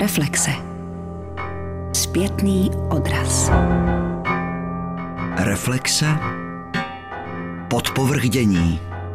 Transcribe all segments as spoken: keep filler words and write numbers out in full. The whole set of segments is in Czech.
Reflexe. Zpětný odraz. Reflexe. Podpovrchdění.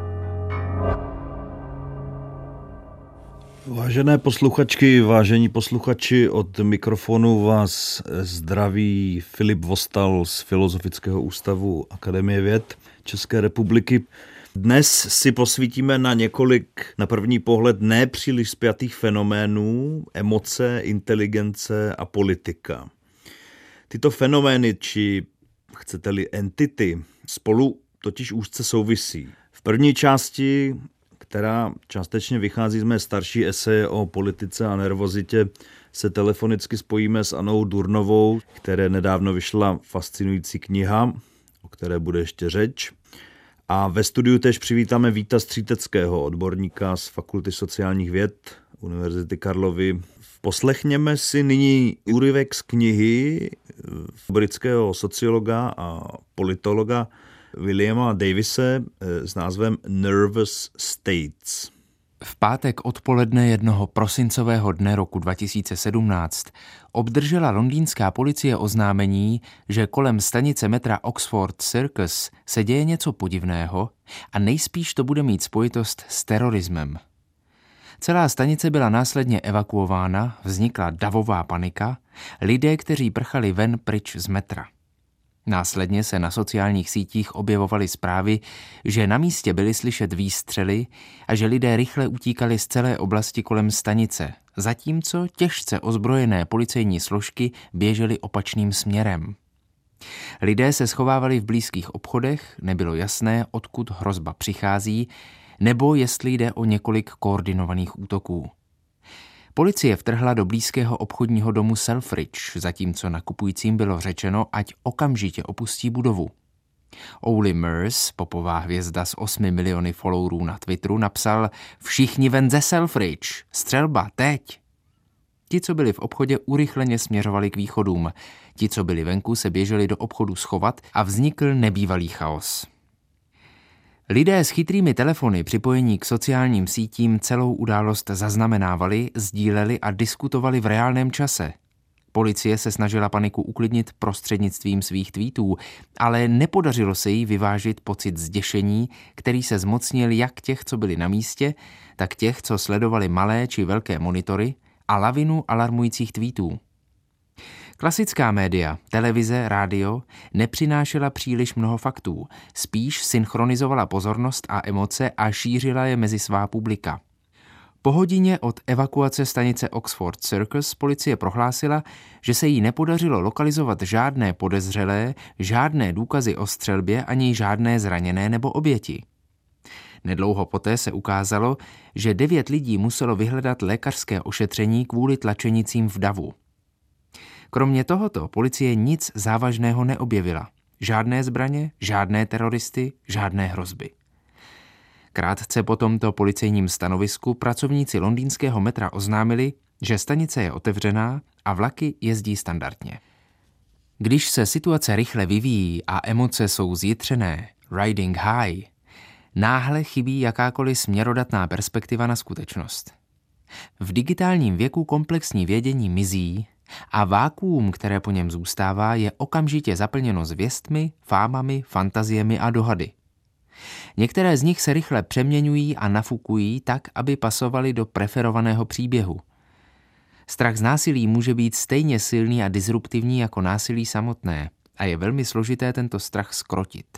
Vážené posluchačky, vážení posluchači, od mikrofonu vás zdraví Filip Vostal z Filozofického ústavu Akademie věd České republiky. Dnes si posvítíme na několik, na první pohled, nepříliš spjatých fenoménů, emoce, inteligence a politika. Tyto fenomény, či chcete-li entity, spolu totiž úzce souvisí. V první části, která částečně vychází z mé starší eseje o politice a nervozitě, se telefonicky spojíme s Annou Durnovou, které nedávno vyšla fascinující kniha, o které bude ještě řeč. A ve studiu též přivítáme Víta Stříteckého, odborníka z Fakulty sociálních věd Univerzity Karlovy. Poslechněme si nyní úryvek z knihy britského sociologa a politologa Williama Davise s názvem Nervous States. V pátek odpoledne jednoho prosincového dne roku dva tisíce sedmnáct obdržela londýnská policie oznámení, že kolem stanice metra Oxford Circus se děje něco podivného a nejspíš to bude mít spojitost s terorismem. Celá stanice byla následně evakuována, vznikla davová panika, lidé, kteří prchali ven pryč z metra. Následně se na sociálních sítích objevovaly zprávy, že na místě byly slyšet výstřely a že lidé rychle utíkali z celé oblasti kolem stanice, zatímco těžce ozbrojené policejní složky běžely opačným směrem. Lidé se schovávali v blízkých obchodech, nebylo jasné, odkud hrozba přichází, nebo jestli jde o několik koordinovaných útoků. Policie vtrhla do blízkého obchodního domu Selfridge, zatímco nakupujícím bylo řečeno, ať okamžitě opustí budovu. Oli Murs, popová hvězda s osmi miliony followerů na Twitteru, napsal: "Všichni ven ze Selfridge, střelba, teď!" Ti, co byli v obchodě, urychleně směřovali k východům. Ti, co byli venku, se běželi do obchodu schovat a vznikl nebývalý chaos. Lidé s chytrými telefony připojení k sociálním sítím celou událost zaznamenávali, sdíleli a diskutovali v reálném čase. Policie se snažila paniku uklidnit prostřednictvím svých tweetů, ale nepodařilo se jí vyvážit pocit zděšení, který se zmocnil jak těch, co byli na místě, tak těch, co sledovali malé či velké monitory, a lavinu alarmujících tweetů. Klasická média, televize, rádio nepřinášela příliš mnoho faktů, spíš synchronizovala pozornost a emoce a šířila je mezi svá publika. Po hodině od evakuace stanice Oxford Circus policie prohlásila, že se jí nepodařilo lokalizovat žádné podezřelé, žádné důkazy o střelbě ani žádné zraněné nebo oběti. Nedlouho poté se ukázalo, že devět lidí muselo vyhledat lékařské ošetření kvůli tlačenicím v davu. Kromě tohoto policie nic závažného neobjevila. Žádné zbraně, žádné teroristy, žádné hrozby. Krátce po tomto policejním stanovisku pracovníci londýnského metra oznámili, že stanice je otevřená a vlaky jezdí standardně. Když se situace rychle vyvíjí a emoce jsou zjitřené, riding high, náhle chybí jakákoliv směrodatná perspektiva na skutečnost. V digitálním věku komplexní vědění mizí a vákuum, které po něm zůstává, je okamžitě zaplněno zvěstmi, fámami, fantaziemi a dohady. Některé z nich se rychle přeměňují a nafukují tak, aby pasovaly do preferovaného příběhu. Strach z násilí může být stejně silný a disruptivní jako násilí samotné a je velmi složité tento strach zkrotit.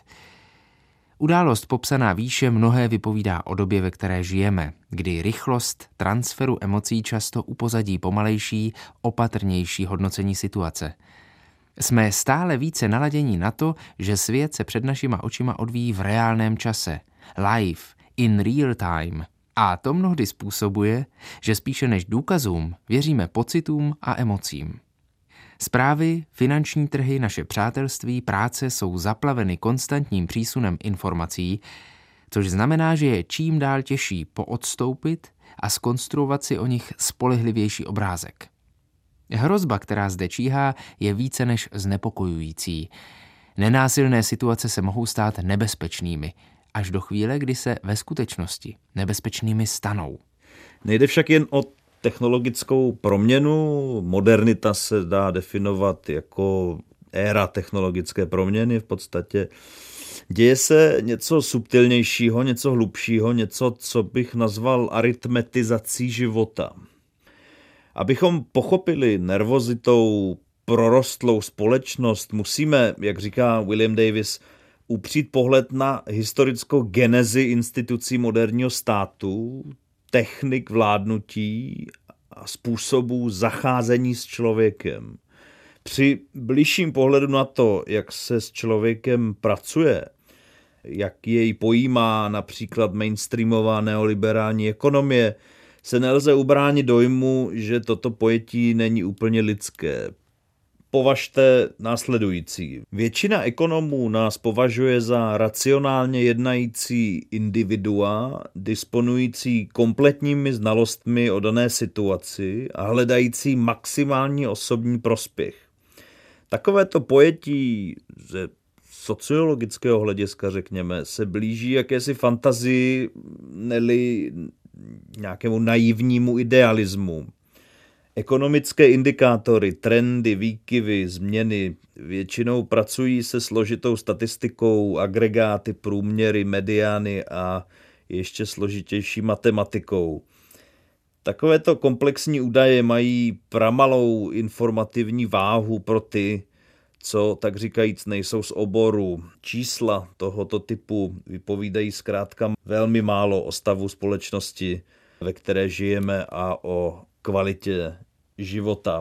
Událost popsaná výše mnohé vypovídá o době, ve které žijeme, kdy rychlost transferu emocí často upozadí pomalejší, opatrnější hodnocení situace. Jsme stále více naladění na to, že svět se před našima očima odvíjí v reálném čase, live, in real time. A to mnohdy způsobuje, že spíše než důkazům věříme pocitům a emocím. Zprávy, finanční trhy, naše přátelství, práce jsou zaplaveny konstantním přísunem informací, což znamená, že je čím dál těžší poodstoupit a zkonstruovat si o nich spolehlivější obrázek. Hrozba, která zde číhá, je více než znepokojující. Nenásilné situace se mohou stát nebezpečnými, až do chvíle, kdy se ve skutečnosti nebezpečnými stanou. Nejde však jen o technologickou proměnu. Modernita se dá definovat jako éra technologické proměny v podstatě. Děje se něco subtilnějšího, něco hlubšího, něco, co bych nazval aritmetizací života. Abychom pochopili nervozitou prorostlou společnost, musíme, jak říká William Davis, upřít pohled na historickou genezi institucí moderního státu, technik vládnutí a způsobů zacházení s člověkem. Při bližším pohledu na to, jak se s člověkem pracuje, jak jej pojímá například mainstreamová neoliberální ekonomie, se nelze ubránit dojmu, že toto pojetí není úplně lidské. Považte následující. Většina ekonomů nás považuje za racionálně jednající individua, disponující kompletními znalostmi o dané situaci a hledající maximální osobní prospěch. Takovéto pojetí ze sociologického hlediska, řekněme, se blíží jakési fantazii, neli nějakému naivnímu idealismu. Ekonomické indikátory, trendy, výkyvy, změny většinou pracují se složitou statistikou, agregáty, průměry, mediány a ještě složitější matematikou. Takovéto komplexní údaje mají pramalou informativní váhu pro ty, co tak říkajíc nejsou z oboru. Čísla tohoto typu vypovídají zkrátka velmi málo o stavu společnosti, ve které žijeme, a o kvalitě života.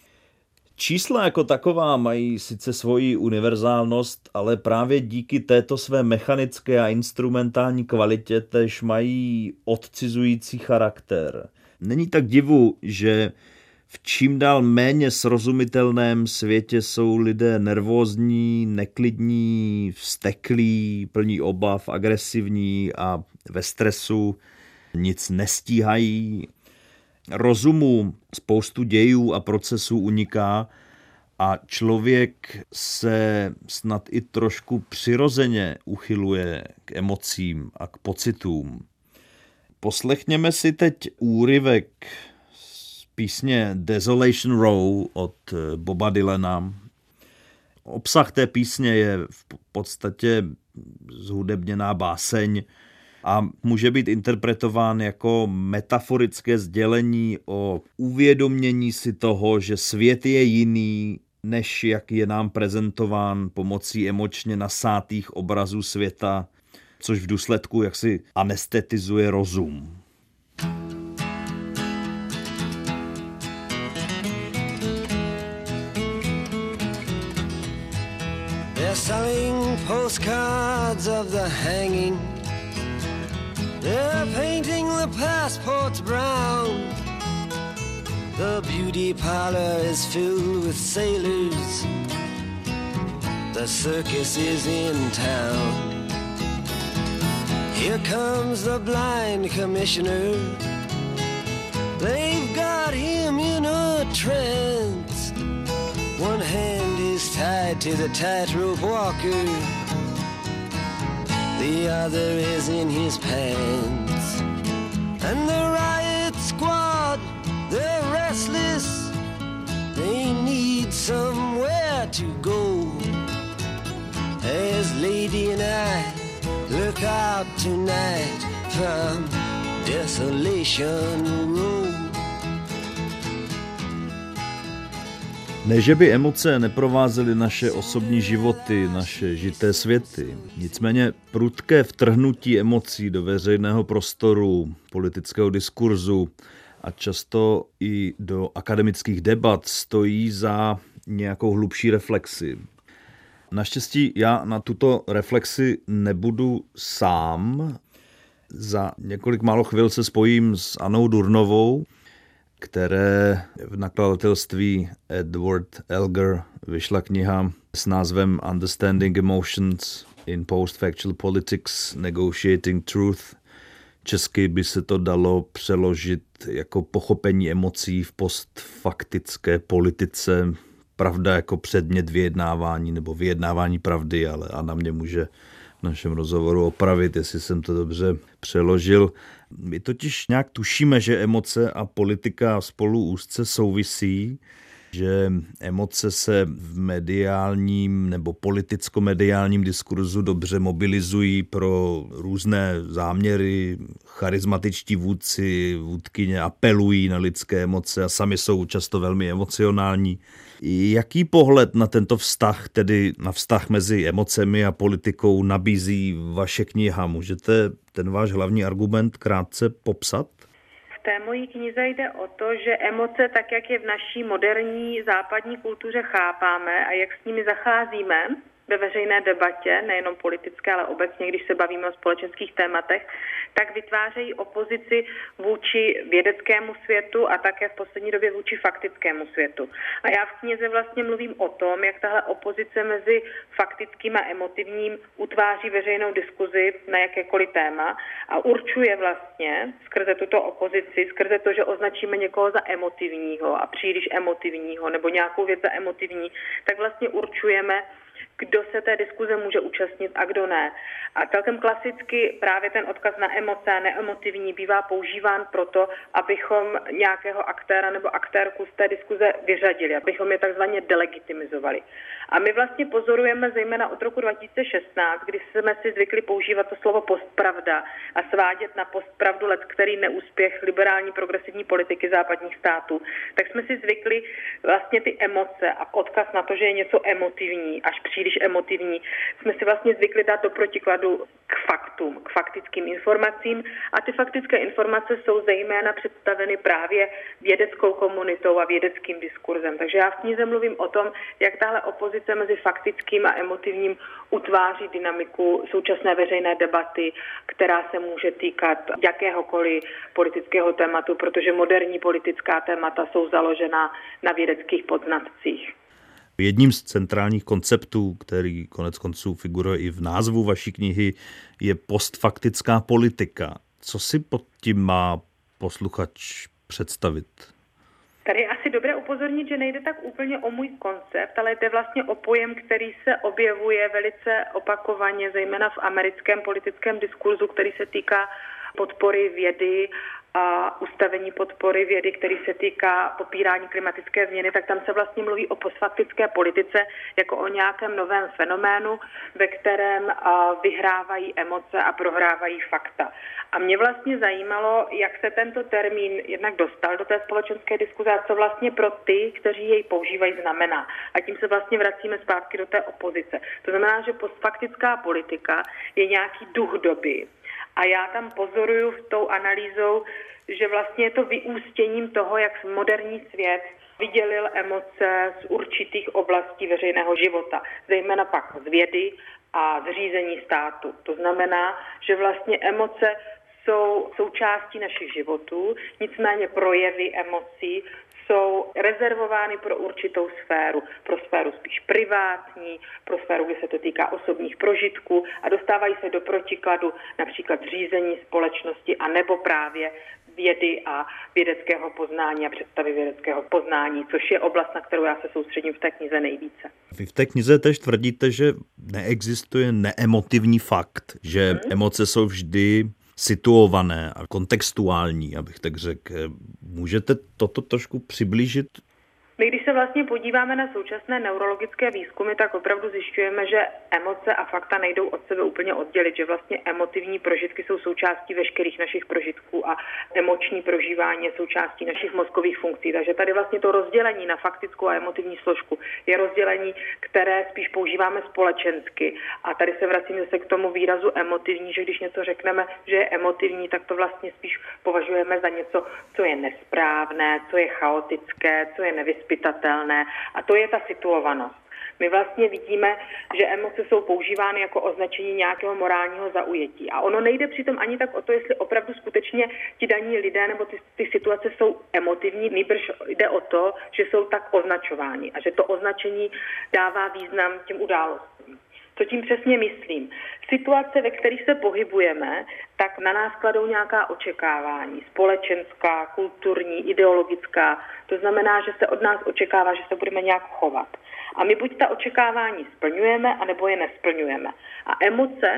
Čísla jako taková mají sice svoji univerzálnost, ale právě díky této své mechanické a instrumentální kvalitě též mají odcizující charakter. Není tak divu, že v čím dál méně srozumitelném světě jsou lidé nervózní, neklidní, vzteklí, plní obav, agresivní a ve stresu, nic nestíhají. Rozumu spoustu dějů a procesů uniká a člověk se snad i trošku přirozeně uchyluje k emocím a k pocitům. Poslechněme si teď úryvek z písně Desolation Row od Boba Dylana. Obsah té písně je v podstatě zhudebněná báseň a může být interpretován jako metaforické sdělení o uvědomění si toho, že svět je jiný, než jak je nám prezentován pomocí emočně nasátých obrazů světa, což v důsledku jaksi anestetizuje rozum. They're selling postcards of the hanging. They're painting the passports brown. The beauty parlor is filled with sailors. The circus is in town. Here comes the blind commissioner. They've got him in a trance. One hand is tied to the tightrope walker. The other is in his pants. And the riot squad, they're restless. They need somewhere to go. As Lady and I look out tonight from Desolation Row. Ne, že by emoce neprovázely naše osobní životy, naše žité světy. Nicméně prudké vtrhnutí emocí do veřejného prostoru, politického diskurzu a často i do akademických debat stojí za nějakou hlubší reflexi. Naštěstí já na tuto reflexi nebudu sám. Za několik málo chvil se spojím s Annou Durnovou, které v nakladatelství Edward Elgar vyšla kniha s názvem Understanding Emotions in Post-Factual Politics, Negotiating Truth. Česky by se to dalo přeložit jako pochopení emocí v postfaktické politice, pravda jako předmět vyjednávání nebo vyjednávání pravdy, ale Anna mě může v našem rozhovoru opravit, jestli jsem to dobře přeložil. My totiž nějak tušíme, že emoce a politika spolu úzce souvisí, že emoce se v mediálním nebo politicko-mediálním diskurzu dobře mobilizují pro různé záměry. Charismatičtí vůdci, vůdkyně apelují na lidské emoce a sami jsou často velmi emocionální. Jaký pohled na tento vztah, tedy na vztah mezi emocemi a politikou, nabízí vaše kniha? Můžete ten váš hlavní argument krátce popsat? V té mojí knize jde o to, že emoce, tak jak je v naší moderní západní kultuře chápáme a jak s nimi zacházíme ve veřejné debatě, nejenom politické, ale obecně, když se bavíme o společenských tématech, tak vytvářejí opozici vůči vědeckému světu a také v poslední době vůči faktickému světu. A já v knize vlastně mluvím o tom, jak tahle opozice mezi faktickým a emotivním utváří veřejnou diskuzi na jakékoliv téma a určuje vlastně skrze tuto opozici, skrze to, že označíme někoho za emotivního a příliš emotivního nebo nějakou věc za emotivní, tak vlastně určujeme, kdo se té diskuze může účastnit a kdo ne. A celkem klasicky právě ten odkaz na emoce a neemotivní bývá používán proto, abychom nějakého aktéra nebo aktérku z té diskuze vyřadili, abychom je takzvaně delegitimizovali. A my vlastně pozorujeme zejména od roku dva tisíce šestnáct, kdy jsme si zvykli používat to slovo postpravda a svádět na postpravdu leckterý neúspěch liberální progresivní politiky západních států, tak jsme si zvykli vlastně ty emoce a odkaz na to, že je něco emotivní, až příliš emotivní, jsme si vlastně zvykli dát do protikladu k faktům, k faktickým informacím a ty faktické informace jsou zejména představeny právě vědeckou komunitou a vědeckým diskurzem. Takže já v knize mluvím o tom, jak tahle opozice mezi faktickým a emotivním utváří dynamiku současné veřejné debaty, která se může týkat jakéhokoliv politického tématu, protože moderní politická témata jsou založena na vědeckých poznatcích. Jedním z centrálních konceptů, který konec konců figuruje i v názvu vaší knihy, je postfaktická politika. Co si pod tím má posluchač představit? Tady je asi dobré upozornit, že nejde tak úplně o můj koncept, ale jde vlastně o pojem, který se objevuje velice opakovaně, zejména v americkém politickém diskurzu, který se týká podpory vědy a ustavení podpory vědy, který se týká popírání klimatické změny, tak tam se vlastně mluví o postfaktické politice jako o nějakém novém fenoménu, ve kterém vyhrávají emoce a prohrávají fakta. A mě vlastně zajímalo, jak se tento termín jednak dostal do té společenské diskuze a co vlastně pro ty, kteří jej používají, znamená. A tím se vlastně vracíme zpátky do té opozice. To znamená, že postfaktická politika je nějaký duch doby. A já tam pozoruju v tou analýzou, že vlastně je to vyústěním toho, jak moderní svět vydělil emoce z určitých oblastí veřejného života, zejména pak z vědy a z řízení státu. To znamená, že vlastně emoce jsou součástí našich životů, nicméně projevy emocí jsou rezervovány pro určitou sféru, pro sféru spíš privátní, pro sféru, kde se to týká osobních prožitků a dostávají se do protikladu například řízení společnosti a nebo právě vědy a vědeckého poznání a představy vědeckého poznání, což je oblast, na kterou já se soustředím v té knize nejvíce. Vy v té knize tež tvrdíte, že neexistuje neemotivní fakt, že hmm. emoce jsou vždy situované a kontextuální, abych tak řekl. Můžete toto trošku přiblížit? My, když se vlastně podíváme na současné neurologické výzkumy, tak opravdu zjišťujeme, že emoce a fakta nejdou od sebe úplně oddělit, že vlastně emotivní prožitky jsou součástí veškerých našich prožitků a emoční prožívání je součástí našich mozkových funkcí. Takže tady vlastně to rozdělení na faktickou a emotivní složku je rozdělení, které spíš používáme společensky. A tady se vracím zase k tomu výrazu emotivní, že když něco řekneme, že je emotivní, tak to vlastně spíš považujeme za něco, co je nesprávné, co je chaotické, co je nevyspělé. A to je ta situovanost. My vlastně vidíme, že emoce jsou používány jako označení nějakého morálního zaujetí. A ono nejde přitom ani tak o to, jestli opravdu skutečně ti daní lidé nebo ty, ty situace jsou emotivní, nýbrž jde o to, že jsou tak označováni a že to označení dává význam těm událostím. Co tím přesně myslím? Situace, ve kterých se pohybujeme, tak na nás kladou nějaká očekávání, společenská, kulturní, ideologická. To znamená, že se od nás očekává, že se budeme nějak chovat. A my buď ta očekávání splňujeme, anebo je nesplňujeme. A emoce a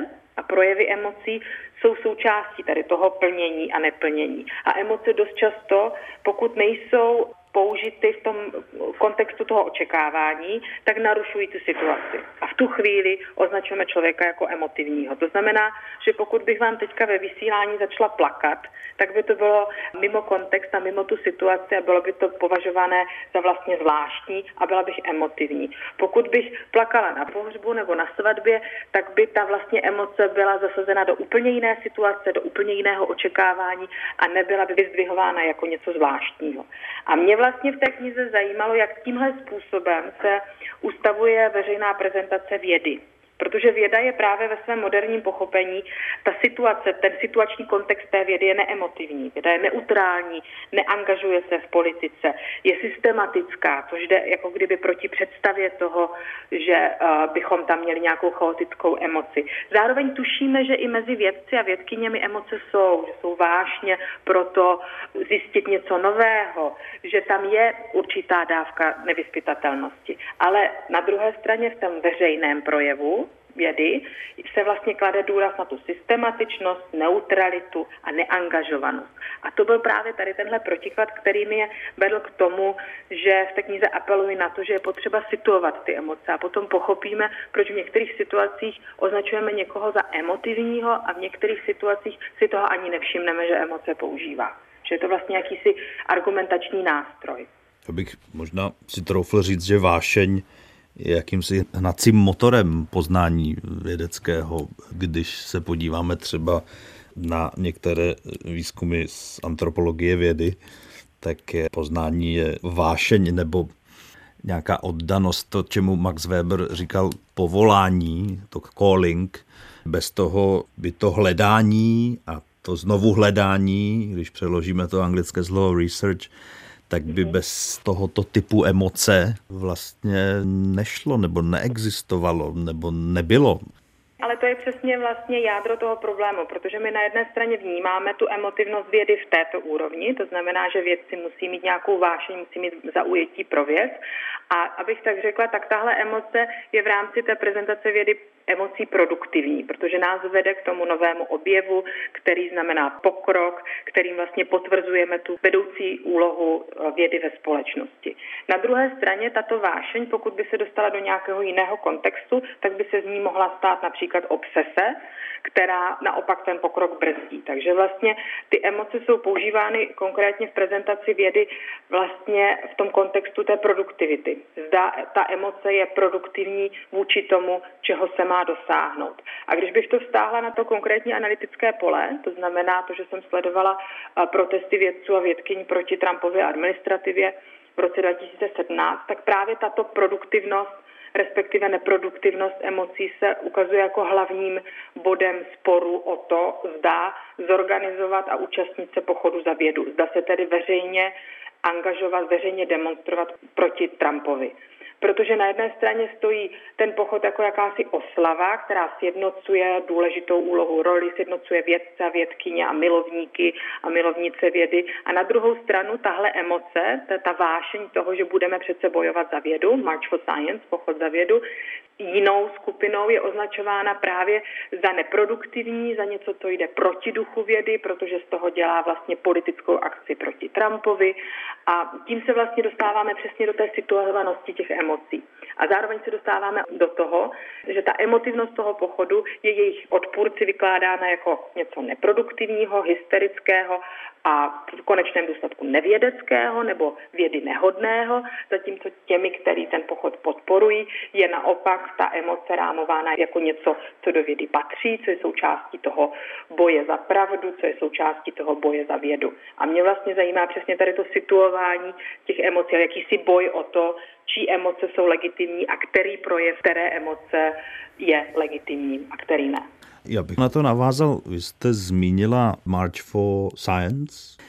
projevy emocí jsou součástí tady toho plnění a neplnění. A emoce dost často, pokud nejsou použity v tom kontextu toho očekávání, tak narušují tu situaci. A v tu chvíli označujeme člověka jako emotivního. To znamená, že pokud bych vám teďka ve vysílání začala plakat, tak by to bylo mimo kontext a mimo tu situaci a bylo by to považované za vlastně zvláštní a byla bych emotivní. Pokud bych plakala na pohřbu nebo na svatbě, tak by ta vlastně emoce byla zasazena do úplně jiné situace, do úplně jiného očekávání a nebyla by vyzdvihována jako něco zvláštního. A mě vlastně v té knize zajímalo, jak tímhle způsobem se ustavuje veřejná prezentace vědy. Protože věda je právě ve svém moderním pochopení, ta situace, ten situační kontext té vědy je neemotivní. Věda je neutrální, neangažuje se v politice, je systematická, což jde jako kdyby proti představě toho, že uh, bychom tam měli nějakou chaotickou emoci. Zároveň tušíme, že i mezi vědci a vědkyněmi emoce jsou, že jsou vášně proto zjistit něco nového, že tam je určitá dávka nevyzpytatelnosti. Ale na druhé straně v tom veřejném projevu vědy se vlastně klade důraz na tu systematičnost, neutralitu a neangažovanost. A to byl právě tady tenhle protiklad, který mě vedl k tomu, že v té knize apeluji na to, že je potřeba situovat ty emoce a potom pochopíme, proč v některých situacích označujeme někoho za emotivního a v některých situacích si toho ani nevšimneme, že emoce používá. Že je to vlastně jakýsi argumentační nástroj. Já bych možná si troufl říct, že vášeň je jakýmsi hnacím motorem poznání vědeckého. Když se podíváme třeba na některé výzkumy z antropologie vědy, tak je poznání je vášeň nebo nějaká oddanost, to, čemu Max Weber říkal povolání, to calling. Bez toho by to hledání a to znovu hledání, když přeložíme to anglické slovo research, tak by bez tohoto typu emoce vlastně nešlo, nebo neexistovalo, nebo nebylo. Ale to je přesně vlastně jádro toho problému, protože my na jedné straně vnímáme tu emotivnost vědy v této úrovni, to znamená, že vědci musí mít nějakou vášeň, musí mít zaujetí pro věc. A abych tak řekla, tak tahle emoce je v rámci té prezentace vědy emocí produktivní, protože nás vede k tomu novému objevu, který znamená pokrok, kterým vlastně potvrzujeme tu vedoucí úlohu vědy ve společnosti. Na druhé straně tato vášeň, pokud by se dostala do nějakého jiného kontextu, tak by se z ní mohla stát například obsese, která naopak ten pokrok brzdí. Takže vlastně ty emoce jsou používány konkrétně v prezentaci vědy vlastně v tom kontextu té produktivity. Zda ta emoce je produktivní vůči tomu, čeho se má dosáhnout. A když bych to vztáhla na to konkrétní analytické pole, to znamená to, že jsem sledovala protesty vědců a vědkyň proti Trumpově administrativě v roce dva tisíce sedmnáct, tak právě tato produktivnost respektive neproduktivnost emocí se ukazuje jako hlavním bodem sporu o to, zda zorganizovat a účastnit se pochodu za vědu. Zda se tedy veřejně angažovat, veřejně demonstrovat proti Trumpovi. Protože na jedné straně stojí ten pochod jako jakási oslava, která sjednocuje důležitou úlohu roli, sjednocuje vědce a vědkyně a milovníky a milovnice vědy. A na druhou stranu tahle emoce, ta, ta vášeň toho, že budeme přece bojovat za vědu, March for Science, pochod za vědu, jinou skupinou je označována právě za neproduktivní, za něco, co jde proti duchu vědy, protože z toho dělá vlastně politickou akci proti Trumpovi a tím se vlastně dostáváme přesně do té situovanosti těch emocí. A zároveň se dostáváme do toho, že ta emotivnost toho pochodu je jejich odpůrci vykládána jako něco neproduktivního, hysterického a v konečném důsledku nevědeckého nebo vědy nehodného, zatímco těmi, který ten pochod podporují, je naopak ta emoce rámována jako něco, co do vědy patří, co je součástí toho boje za pravdu, co je součástí toho boje za vědu. A mě vlastně zajímá přesně tady to situování těch emocí, jakýsi boj o to, čí emoce jsou legitimní a který projev které emoce je legitimní a který ne. Já bych na to navázal. Vy jste zmínila March for Science,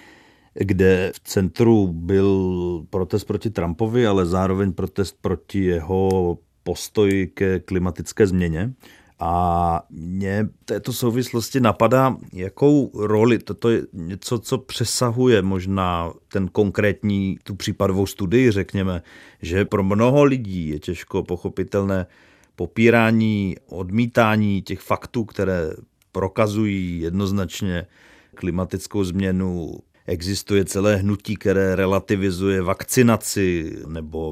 kde v centru byl protest proti Trumpovi, ale zároveň protest proti jeho postoji ke klimatické změně. A mě v této souvislosti napadá, jakou roli, toto je něco, co přesahuje možná ten konkrétní, tu případovou studii, řekněme, že pro mnoho lidí je těžko pochopitelné popírání, odmítání těch faktů, které prokazují jednoznačně klimatickou změnu. Existuje celé hnutí, které relativizuje vakcinaci nebo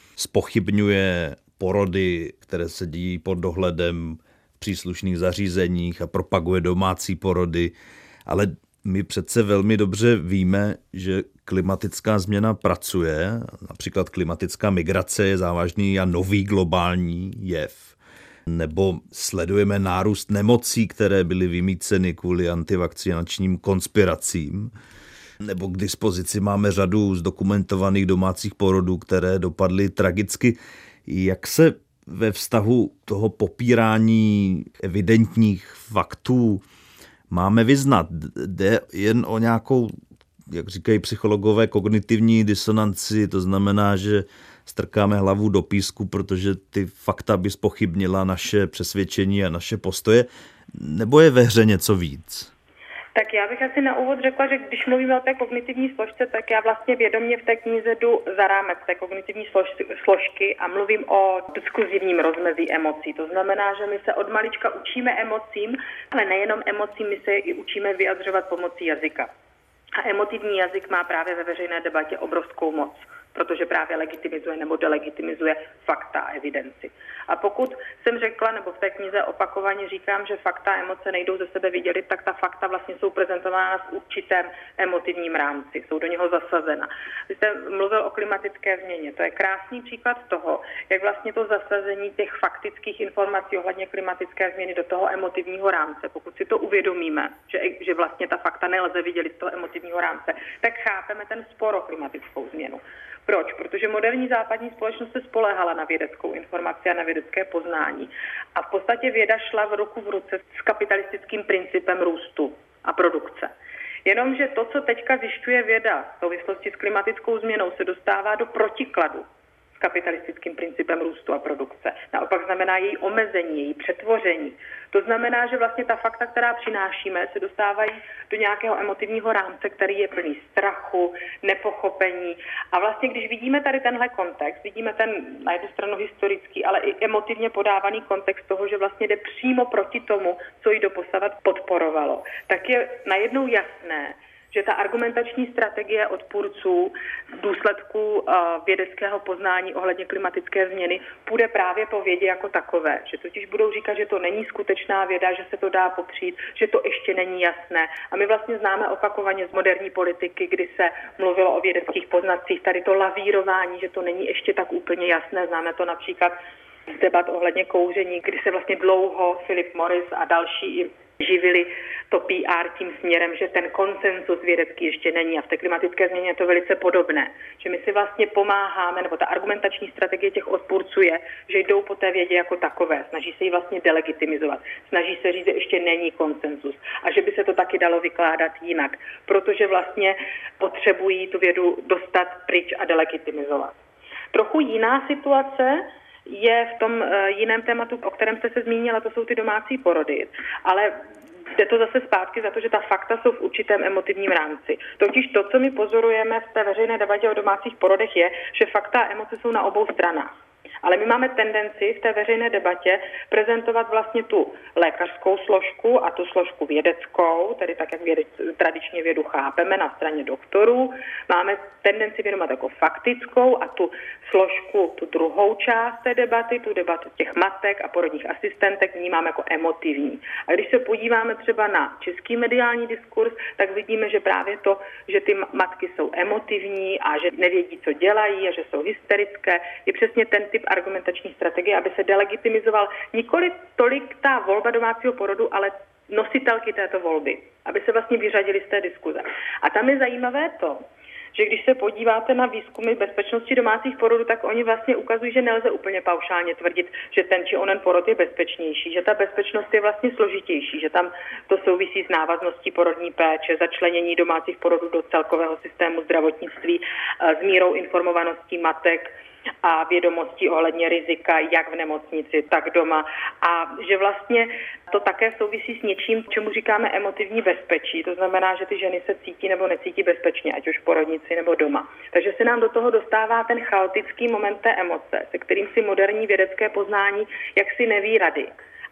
zpochybňuje porody, které se dějí pod dohledem v příslušných zařízeních a propaguje domácí porody. Ale my přece velmi dobře víme, že klimatická změna pracuje. Například klimatická migrace je závažný a nový globální jev. Nebo sledujeme nárůst nemocí, které byly vymýceny kvůli antivakcinačním konspiracím. Nebo k dispozici máme řadu zdokumentovaných domácích porodů, které dopadly tragicky. Jak se ve vztahu toho popírání evidentních faktů máme vyznat? Jde jen o nějakou, jak říkají psychologové, kognitivní disonanci, to znamená, že strkáme hlavu do písku, protože ty fakta by zpochybnila naše přesvědčení a naše postoje, nebo je ve hře něco víc? Tak já bych asi na úvod řekla, že když mluvíme o té kognitivní složce, tak já vlastně vědomě v té knize jdu za rámec té kognitivní složky a mluvím o diskuzivním rozmezí emocí. To znamená, že my se od malička učíme emocím, ale nejenom emocím, my se i učíme vyjadřovat pomocí jazyka. A emotivní jazyk má právě ve veřejné debatě obrovskou moc, protože právě legitimizuje nebo delegitimizuje fakta a evidenci. A pokud jsem řekla, nebo v té knize opakovaně říkám, že fakta a emoce nejdou ze sebe vydělit, tak ta fakta vlastně jsou prezentována v určitém emotivním rámci, jsou do něho zasazena. Vy jste mluvil o klimatické změně. To je krásný příklad toho, jak vlastně to zasazení těch faktických informací ohledně klimatické změny do toho emotivního rámce, pokud si to uvědomíme, že, že vlastně ta fakta nelze vydělit z toho emotivního rámce, tak chápeme ten spor o klimatickou změnu. Proč? Protože moderní západní společnost se spoléhala na vědeckou informaci a na vědecké poznání. A v podstatě věda šla v ruku v ruce s kapitalistickým principem růstu a produkce. Jenomže to, co teďka zjišťuje věda v souvislosti s klimatickou změnou, se dostává do protikladu s kapitalistickým principem růstu a produkce. Naopak znamená její omezení, její přetvoření. To znamená, že vlastně ta fakta, která přinášíme, se dostávají do nějakého emotivního rámce, který je plný strachu, nepochopení. A vlastně, když vidíme tady tenhle kontext, vidíme ten na jednu stranu historický, ale i emotivně podávaný kontext toho, že vlastně jde přímo proti tomu, co jí doposavat podporovalo, tak je najednou jasné, že ta argumentační strategie odpůrců v důsledku vědeckého poznání ohledně klimatické změny půjde právě po vědě jako takové. Že totiž budou říkat, že to není skutečná věda, že se to dá popřít, že to ještě není jasné. A my vlastně známe opakovaně z moderní politiky, kdy se mluvilo o vědeckých poznatcích, tady to lavírování, že to není ještě tak úplně jasné. Známe to například z debat ohledně kouření, kdy se vlastně dlouho Philip Morris a další živili to P R tím směrem, že ten konsenzus vědecký ještě není a v té klimatické změně je to velice podobné. Že my si vlastně pomáháme, nebo ta argumentační strategie těch odpůrců je, že jdou po té vědě jako takové, snaží se ji vlastně delegitimizovat, snaží se říct, že ještě není konsenzus a že by se to taky dalo vykládat jinak, protože vlastně potřebují tu vědu dostat pryč a delegitimizovat. Trochu jiná situace je v tom jiném tématu, o kterém jste se zmínila, to jsou ty domácí porody. Ale jde to zase zpátky za to, že ta fakta jsou v určitém emotivním rámci. Totiž to, co my pozorujeme v té veřejné debatě o domácích porodech, je, že fakta a emoce jsou na obou stranách. Ale my máme tendenci v té veřejné debatě prezentovat vlastně tu lékařskou složku a tu složku vědeckou, tedy tak, jak vědec, tradičně vědu chápeme na straně doktorů. Máme tendenci věnovat jako faktickou a tu složku, tu druhou část té debaty, tu debatu těch matek a porodních asistentek vnímáme jako emotivní. A když se podíváme třeba na český mediální diskurs, tak vidíme, že právě to, že ty matky jsou emotivní a že nevědí, co dělají a že jsou hysterické, je přesně ten typ argumentační strategie, aby se delegitimizoval nikoli tolik ta volba domácího porodu, ale nositelky této volby, aby se vlastně vyřadili z té diskuze. A tam je zajímavé to, že když se podíváte na výzkumy bezpečnosti domácích porodů, tak oni vlastně ukazují, že nelze úplně paušálně tvrdit, že ten či onen porod je bezpečnější, že ta bezpečnost je vlastně složitější, že tam to souvisí s návazností porodní péče, začlenění domácích porodů do celkového systému zdravotnictví, s mírou informovaností matek a vědomostí ohledně rizika, jak v nemocnici, tak doma. A že vlastně to také souvisí s něčím, čemu říkáme emotivní bezpečí. To znamená, že ty ženy se cítí nebo necítí bezpečně, ať už v porodnici nebo doma. Takže se nám do toho dostává ten chaotický moment té emoce, se kterým si moderní vědecké poznání jaksi neví rady.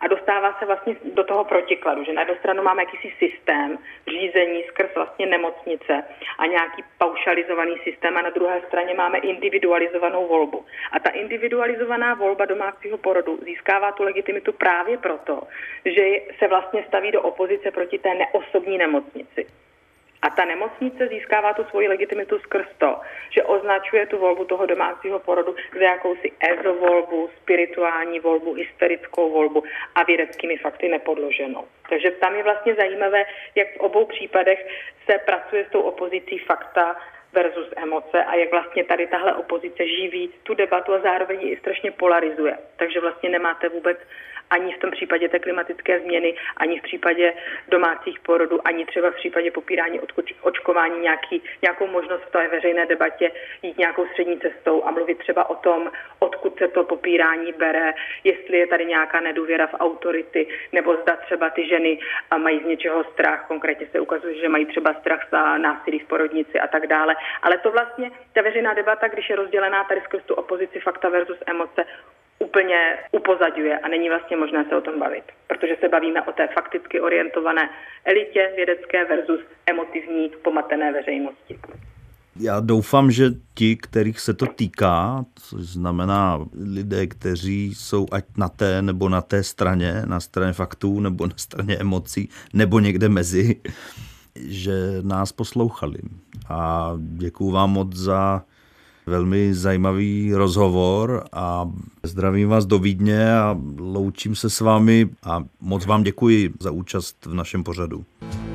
A dostává se vlastně do toho protikladu, že na jednu stranu máme jakýsi systém řízení skrz vlastně nemocnice a nějaký paušalizovaný systém a na druhé straně máme individualizovanou volbu. A ta individualizovaná volba domácího porodu získává tu legitimitu právě proto, že se vlastně staví do opozice proti té neosobní nemocnici. A ta nemocnice získává tu svoji legitimitu skrz to, že označuje tu volbu toho domácího porodu za jakousi ezovolbu, spirituální volbu, historickou volbu a vědeckými fakty nepodloženou. Takže tam je vlastně zajímavé, jak v obou případech se pracuje s tou opozicí fakta versus emoce a jak vlastně tady tahle opozice živí tu debatu a zároveň ji i strašně polarizuje. Takže vlastně nemáte vůbec ani v tom případě té klimatické změny, ani v případě domácích porodů, ani třeba v případě popírání očkování nějaký, nějakou možnost v té veřejné debatě jít nějakou střední cestou a mluvit třeba o tom, odkud se to popírání bere, jestli je tady nějaká nedůvěra v autority, nebo zda třeba ty ženy mají z něčeho strach, konkrétně se ukazuje, že mají třeba strach z násilí v porodnici a tak dále. Ale to vlastně, ta veřejná debata, když je rozdělená tady skrz tu opozici fakta versus emoce, úplně upozaďuje a není vlastně možné se o tom bavit, protože se bavíme o té fakticky orientované elitě vědecké versus emotivní pomatené veřejnosti. Já doufám, že ti, kterých se to týká, což znamená lidé, kteří jsou ať na té nebo na té straně, na straně faktů nebo na straně emocí, nebo někde mezi, že nás poslouchali. A děkuju vám moc za velmi zajímavý rozhovor a zdravím vás do Vídně a loučím se s vámi a moc vám děkuji za účast v našem pořadu.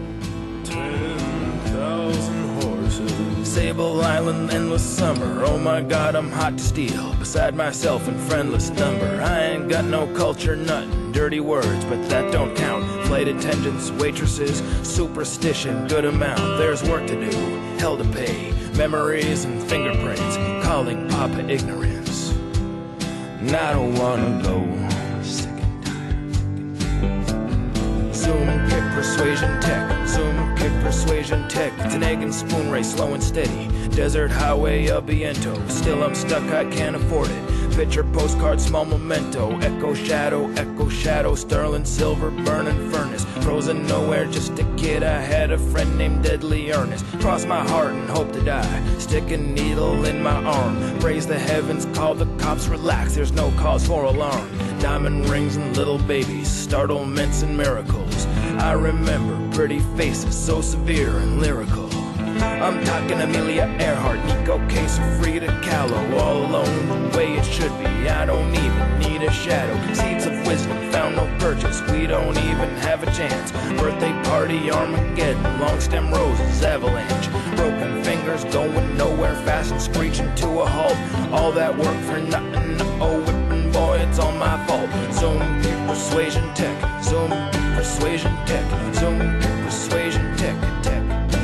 Sable Island, endless summer. Oh my God, I'm hot to steel. Beside myself in friendless number. I ain't got no culture, nothing. Dirty words, but that don't count. Flight attendants, waitresses, superstition, good amount. There's work to do, hell to pay. Memories and fingerprints, calling Papa ignorance. And I don't wanna go. Sick and tired. Zoom, kick, persuasion, tech. Zoom, kick, persuasion, tech. It's an egg and spoon race, slow and steady. Desert highway, El Viento. Still I'm stuck, I can't afford it. Picture, postcard, small memento. Echo, shadow, echo, shadow. Sterling silver, burning furnace. Frozen nowhere, just a kid. I had a friend named Deadly Ernest. Cross my heart and hope to die. Stick a needle in my arm. Praise the heavens, call the cops, relax. There's no cause for alarm. Diamond rings and little babies. Startlements and miracles. I remember pretty faces, so severe and lyrical. I'm talking Amelia Earhart, Nico Case, Frida Kahlo, all alone the way it should be. I don't even need a shadow. Seeds of wisdom found no purchase. We don't even have a chance. Birthday party, Armageddon, long stem roses, avalanche. Broken fingers going nowhere fast and screeching to a halt. All that work for nothing. Oh, whipping boy, it's all my fault. Zoom, kick, persuasion, tech. Zoom, kick, persuasion, tech. Zoom, kick, persuasion, tech, tech.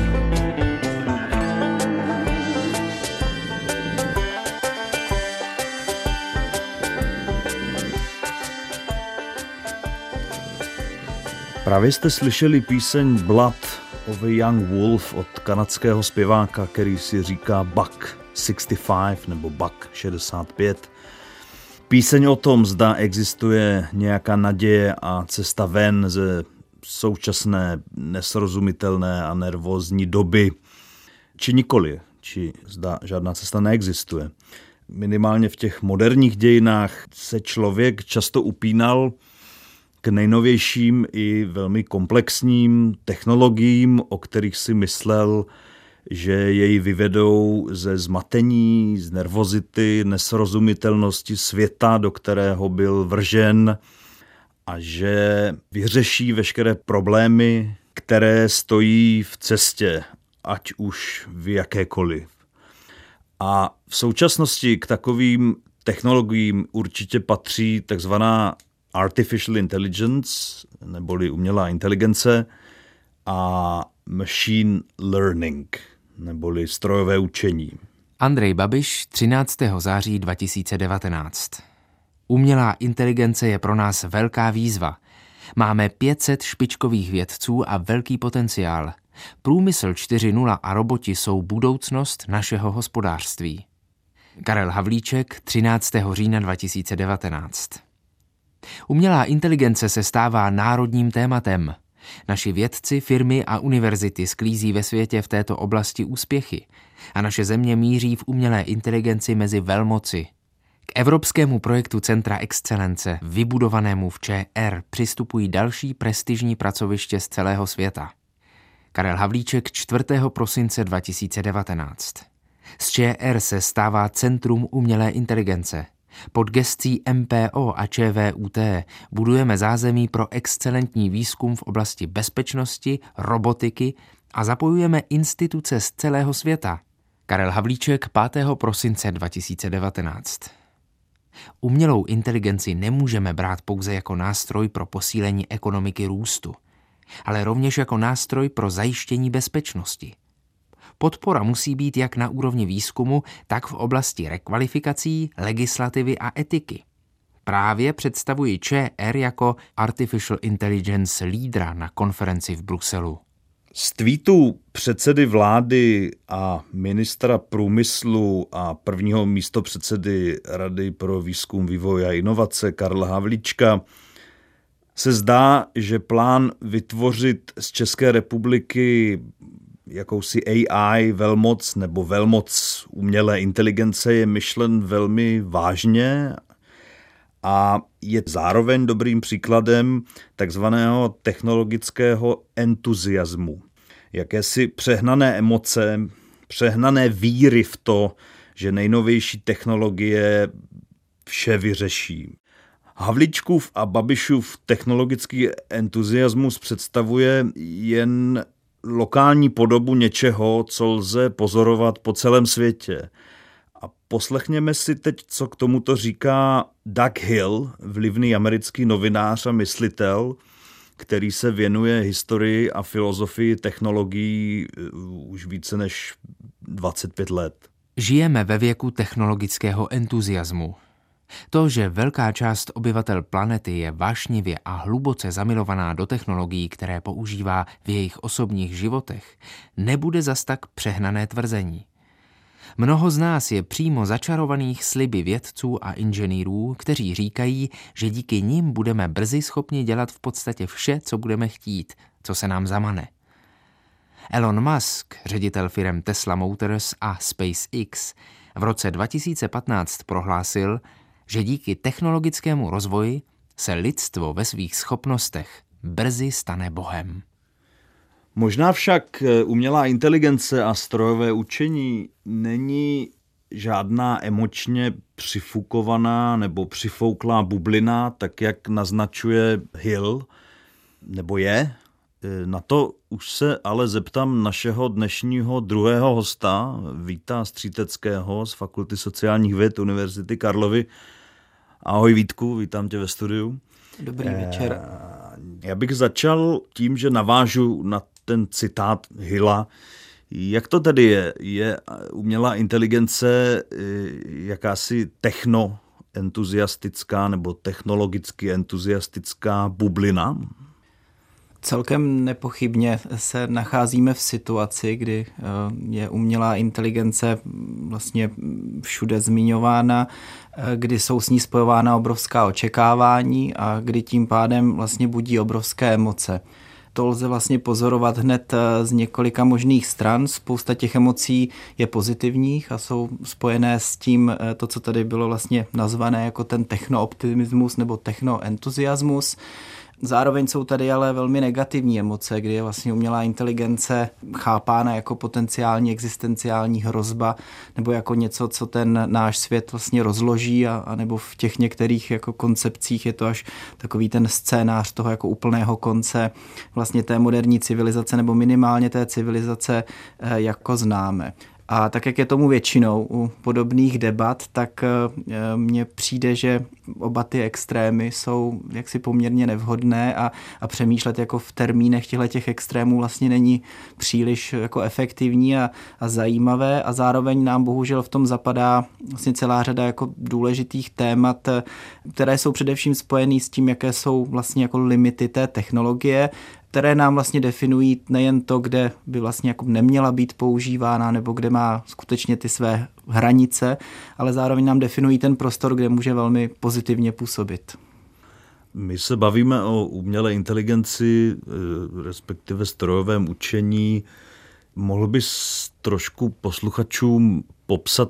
Právě jste slyšeli píseň Blood of a Young Wolf od kanadského zpěváka, který si říká Buck šedesát pět nebo Buck šedesát pět. Píseň o tom, zda existuje nějaká naděje a cesta ven ze současné nesrozumitelné a nervózní doby, či nikoli, či zda žádná cesta neexistuje. Minimálně v těch moderních dějinách se člověk často upínal k nejnovějším i velmi komplexním technologiím, o kterých si myslel, že jej vyvedou ze zmatení, z nervozity, nesrozumitelnosti světa, do kterého byl vržen a že vyřeší veškeré problémy, které stojí v cestě, ať už v jakékoliv. A v současnosti k takovým technologiím určitě patří takzvaná artificial intelligence, neboli umělá inteligence, a machine learning, neboli strojové učení. Andrej Babiš, třináctého září dva tisíce devatenáct. Umělá inteligence je pro nás velká výzva. Máme pět set špičkových vědců a velký potenciál. Průmysl čtyři tečka nula a roboti jsou budoucnost našeho hospodářství. Karel Havlíček, třináctého října dva tisíce devatenáct. Umělá inteligence se stává národním tématem. Naši vědci, firmy a univerzity sklízí ve světě v této oblasti úspěchy a naše země míří v umělé inteligenci mezi velmoci. K evropskému projektu Centra excelence, vybudovanému v ČR, přistupují další prestižní pracoviště z celého světa. Karel Havlíček čtvrtého prosince dva tisíce devatenáct. Z ČR se stává Centrum umělé inteligence. Pod gescí M P O a ČVUT budujeme zázemí pro excelentní výzkum v oblasti bezpečnosti, robotiky a zapojujeme instituce z celého světa. Karel Havlíček pátého prosince dva tisíce devatenáct. Umělou inteligenci nemůžeme brát pouze jako nástroj pro posílení ekonomiky růstu, ale rovněž jako nástroj pro zajištění bezpečnosti. Podpora musí být jak na úrovni výzkumu, tak v oblasti rekvalifikací, legislativy a etiky. Právě představuji ČR jako Artificial Intelligence lídra na konferenci v Bruselu. Z tweetů předsedy vlády a ministra průmyslu a prvního místopředsedy Rady pro výzkum, vývoj a inovace Karla Havlíčka se zdá, že plán vytvořit z České republiky jakousi A I velmoc nebo velmoc umělé inteligence je myšlen velmi vážně a je zároveň dobrým příkladem takzvaného technologického entuziasmu. Jakési přehnané emoce, přehnané víry v to, že nejnovější technologie vše vyřeší. Havlíčkův a Babišův technologický entuziasmus představuje jen lokální podobu něčeho, co lze pozorovat po celém světě. A poslechněme si teď, co k tomuto říká Doug Hill, vlivný americký novinář a myslitel, který se věnuje historii a filozofii technologií už více než dvacet pět let. Žijeme ve věku technologického entuziasmu. To, že velká část obyvatel planety je vášnivě a hluboce zamilovaná do technologií, které používá v jejich osobních životech, nebude zas tak přehnané tvrzení. Mnoho z nás je přímo začarovaných sliby vědců a inženýrů, kteří říkají, že díky nim budeme brzy schopni dělat v podstatě vše, co budeme chtít, co se nám zamane. Elon Musk, ředitel firem Tesla Motors a SpaceX, v roce dva tisíce patnáct prohlásil, že díky technologickému rozvoji se lidstvo ve svých schopnostech brzy stane bohem. Možná však umělá inteligence a strojové učení není žádná emočně přifukovaná nebo přifouklá bublina, tak jak naznačuje Hill, nebo je. Na to už se ale zeptám našeho dnešního druhého hosta, Víta Stříteckého z Fakulty sociálních věd Univerzity Karlovy. Ahoj Vítku, vítám tě ve studiu. Dobrý večer. Já bych začal tím, že navážu na ten citát Hilla. Jak to tedy je? Je umělá inteligence jakási technoentuziastická nebo technologicky entuziastická bublina? Celkem nepochybně se nacházíme v situaci, kdy je umělá inteligence vlastně všude zmiňována, kdy jsou s ní spojována obrovská očekávání a kdy tím pádem vlastně budí obrovské emoce. To lze vlastně pozorovat hned z několika možných stran. Spousta těch emocí je pozitivních a jsou spojené s tím, to, co tady bylo vlastně nazvané jako ten technooptimismus nebo technoentuziasmus. Zároveň jsou tady ale velmi negativní emoce, kdy je vlastně umělá inteligence chápána jako potenciální existenciální hrozba nebo jako něco, co ten náš svět vlastně rozloží a, a nebo v těch některých jako koncepcích je to až takový ten scénář toho jako úplného konce vlastně té moderní civilizace nebo minimálně té civilizace, jako známe. A tak, jak je tomu většinou u podobných debat, tak mně přijde, že oba ty extrémy jsou jaksi poměrně nevhodné a, a přemýšlet jako v termínech těch extrémů vlastně není příliš jako efektivní a, a zajímavé a zároveň nám bohužel v tom zapadá vlastně celá řada jako důležitých témat, které jsou především spojený s tím, jaké jsou vlastně jako limity té technologie, které nám vlastně definují nejen to, kde by vlastně jako neměla být používána nebo kde má skutečně ty své hranice, ale zároveň nám definují ten prostor, kde může velmi pozitivně působit. My se bavíme o umělé inteligenci, respektive strojovém učení. Mohl bys trošku posluchačům popsat,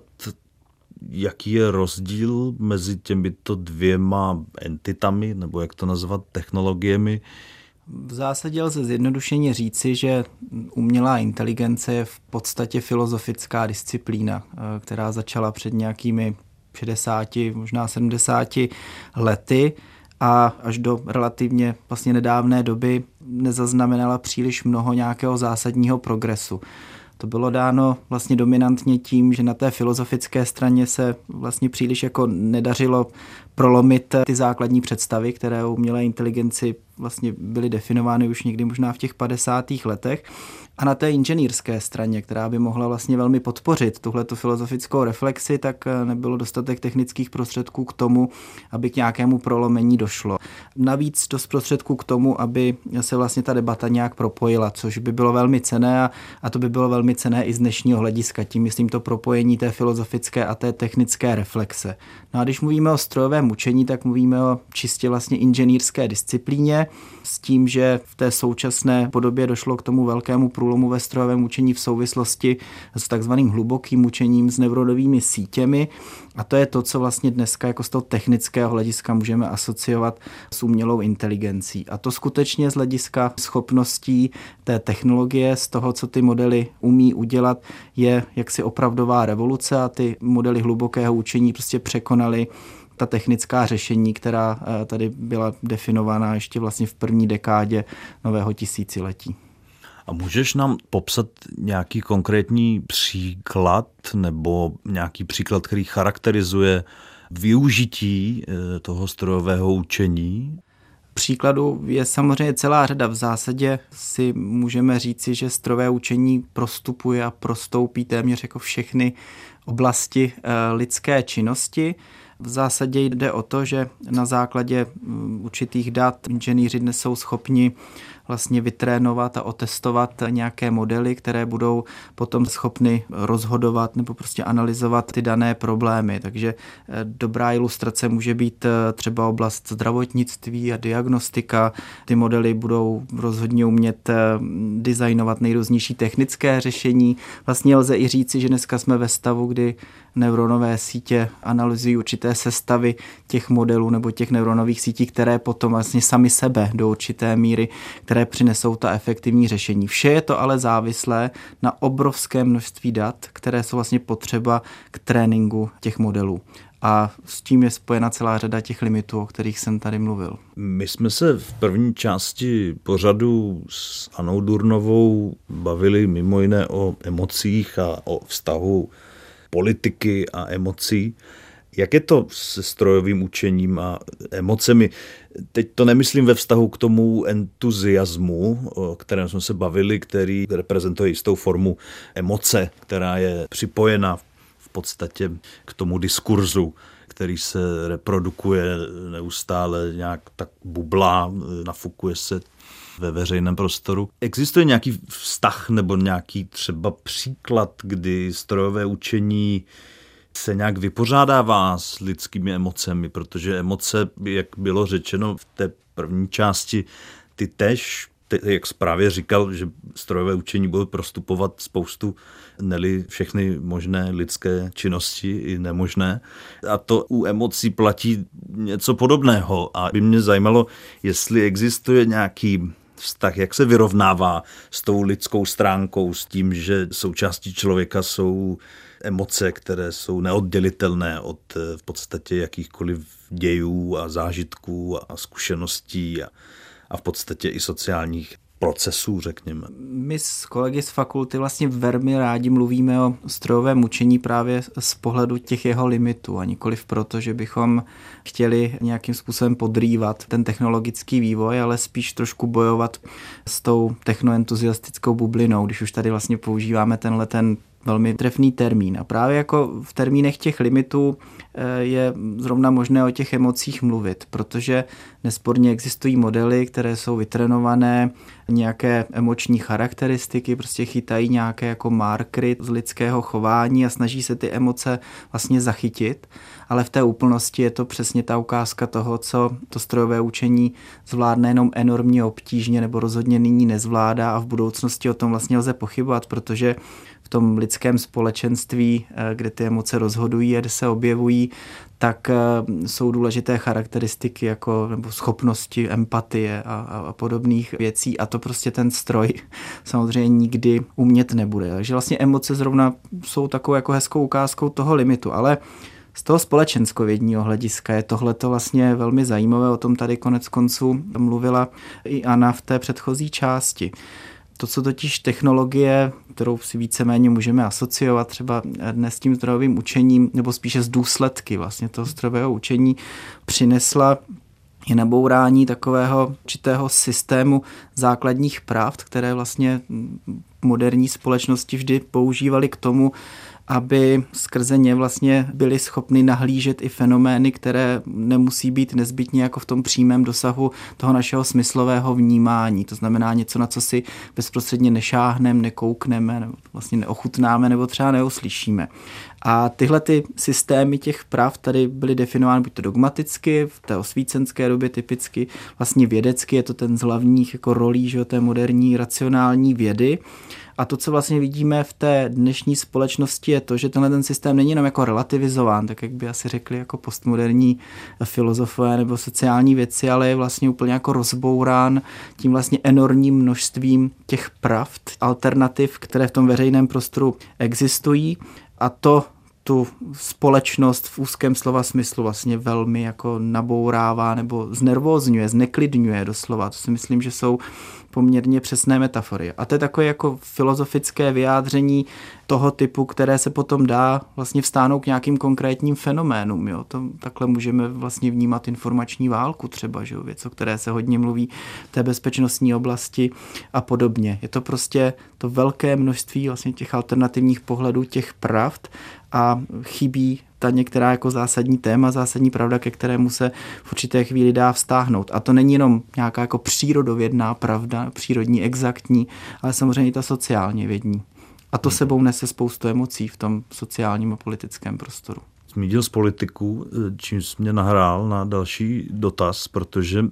jaký je rozdíl mezi těmito dvěma entitami, nebo jak to nazvat, technologiemi? V zásadě lze zjednodušeně říci, že umělá inteligence je v podstatě filozofická disciplína, která začala před nějakými šedesáti, možná sedmdesáti lety a až do relativně vlastně nedávné doby nezaznamenala příliš mnoho nějakého zásadního progresu. To bylo dáno vlastně dominantně tím, že na té filozofické straně se vlastně příliš jako nedařilo prolomit ty základní představy, které o umělé inteligenci vlastně byly definovány už někdy možná v těch padesátých letech. A na té inženýrské straně, která by mohla vlastně velmi podpořit tuhletu filozofickou reflexi, tak nebylo dostatek technických prostředků k tomu, aby k nějakému prolomení došlo. Navíc dost prostředků k tomu, aby se vlastně ta debata nějak propojila, což by bylo velmi cenné a, a to by bylo velmi cenné i z dnešního hlediska. Tím myslím to propojení té filozofické a té technické reflexe. No a když mluvíme o strojovém učení, tak mluvíme o čistě vlastně inženýrské disciplíně s tím, že v té současné podobě došlo k tomu velkému průlomu ve strojovém učení v souvislosti s takzvaným hlubokým učením s neuronovými sítěmi. A to je to, co vlastně dneska jako z toho technického hlediska můžeme asociovat s umělou inteligencí. A to skutečně z hlediska schopností té technologie, z toho, co ty modely umí udělat, je jaksi opravdová revoluce a ty modely hlubokého učení prostě překonaly ta technická řešení, která tady byla definována ještě vlastně v první dekádě nového tisíciletí. A můžeš nám popsat nějaký konkrétní příklad nebo nějaký příklad, který charakterizuje využití toho strojového učení? Příkladů je samozřejmě celá řada. V zásadě si můžeme říci, že strojové učení prostupuje a prostoupí téměř jako všechny oblasti lidské činnosti. V zásadě jde o to, že na základě určitých dat inženýři dnes jsou schopni vlastně vytrénovat a otestovat nějaké modely, které budou potom schopny rozhodovat nebo prostě analyzovat ty dané problémy. Takže dobrá ilustrace může být třeba oblast zdravotnictví a diagnostika. Ty modely budou rozhodně umět designovat nejrůznější technické řešení. Vlastně lze i říci, že dneska jsme ve stavu, kdy neuronové sítě analyzují určité sestavy těch modelů nebo těch neuronových sítí, které potom vlastně sami sebe do určité míry, které přinesou ta efektivní řešení. Vše je to ale závislé na obrovské množství dat, které jsou vlastně potřeba k tréninku těch modelů. A s tím je spojena celá řada těch limitů, o kterých jsem tady mluvil. My jsme se v první části pořadu s Anou Durnovou bavili mimo jiné o emocích a o vztahu politiky a emocí. Jak je to se strojovým učením a emocemi? Teď to nemyslím ve vztahu k tomu entuziasmu, o kterém jsme se bavili, který reprezentuje jistou formu emoce, která je připojena v podstatě k tomu diskurzu, který se reprodukuje neustále, nějak tak bublá, nafukuje se ve veřejném prostoru. Existuje nějaký vztah nebo nějaký třeba příklad, kdy strojové učení se nějak vypořádává s lidskými emocemi, protože emoce, jak bylo řečeno v té první části, ty tež, jak právě říkal, že strojové učení bude prostupovat spoustu, neli všechny možné lidské činnosti i nemožné. A to u emocí platí něco podobného. A by mě zajímalo, jestli existuje nějaký vztah, jak se vyrovnává s tou lidskou stránkou, s tím, že součástí člověka jsou emoce, které jsou neoddělitelné od v podstatě jakýchkoliv dějů a zážitků a zkušeností a, a v podstatě i sociálních procesů, řekněme. My s kolegy z fakulty vlastně velmi rádi mluvíme o strojovém učení právě z pohledu těch jeho limitů a nikoliv proto, že bychom chtěli nějakým způsobem podrývat ten technologický vývoj, ale spíš trošku bojovat s tou technoentuziastickou bublinou, když už tady vlastně používáme tenhle ten velmi trefný termín. A právě jako v termínech těch limitů je zrovna možné o těch emocích mluvit, protože nesporně existují modely, které jsou vytrenované, nějaké emoční charakteristiky, prostě chytají nějaké jako markery z lidského chování a snaží se ty emoce vlastně zachytit, ale v té úplnosti je to přesně ta ukázka toho, co to strojové učení zvládne jenom enormně obtížně nebo rozhodně nyní nezvládá a v budoucnosti o tom vlastně lze pochybovat, protože v tom lidském společenství, kde ty emoce rozhodují a kde se objevují, tak jsou důležité charakteristiky jako nebo schopnosti empatie a, a, a podobných věcí a to prostě ten stroj samozřejmě nikdy umět nebude. Takže vlastně emoce zrovna jsou takovou jako hezkou ukázkou toho limitu, ale z toho společenskovědního hlediska je tohleto vlastně velmi zajímavé, o tom tady konec konců mluvila i Anna v té předchozí části. To, co totiž technologie, kterou si víceméně můžeme asociovat třeba dnes s tím strojovým učením, nebo spíše z důsledky vlastně toho strojového učení, přinesla je nabourání takového určitého systému základních pravd, které vlastně moderní společnosti vždy používaly k tomu, aby skrze ně vlastně byli schopni nahlížet i fenomény, které nemusí být nezbytně jako v tom přímém dosahu toho našeho smyslového vnímání. To znamená něco, na co si bezprostředně nešáhneme, nekoukneme, nebo vlastně neochutnáme, nebo třeba neuslyšíme. A tyhle ty systémy těch prav tady byly definovány buď to dogmaticky, v té osvícenské době typicky, vlastně vědecky, je to ten z hlavních jako rolí, že, té moderní racionální vědy. A to, co vlastně vidíme v té dnešní společnosti, je to, že tenhle ten systém není jenom jako relativizován, tak jak by asi řekli jako postmoderní filozofové nebo sociální věci, ale je vlastně úplně jako rozbourán tím vlastně enormním množstvím těch pravd, alternativ, které v tom veřejném prostoru existují. A to tu společnost v úzkém slova smyslu vlastně velmi jako nabourává nebo znervózňuje, zneklidňuje doslova. To si myslím, že jsou poměrně přesné metafory. A to je takové jako filozofické vyjádření toho typu, které se potom dá vlastně vztáhnout k nějakým konkrétním fenoménům. Jo. To, takhle můžeme vlastně vnímat informační válku třeba, že jo, věc, o které se hodně mluví v té bezpečnostní oblasti a podobně. Je to prostě to velké množství vlastně těch alternativních pohledů, těch pravd a chybí ta některá jako zásadní téma, zásadní pravda, ke kterému se v určité chvíli dá vztáhnout. A to není jenom nějaká jako přírodovědná pravda, přírodní, exaktní, ale samozřejmě i ta sociálně vědní. A to sebou nese spoustu emocí v tom sociálním a politickém prostoru. Zmínil z politiků, čímž mě nahrál na další dotaz, protože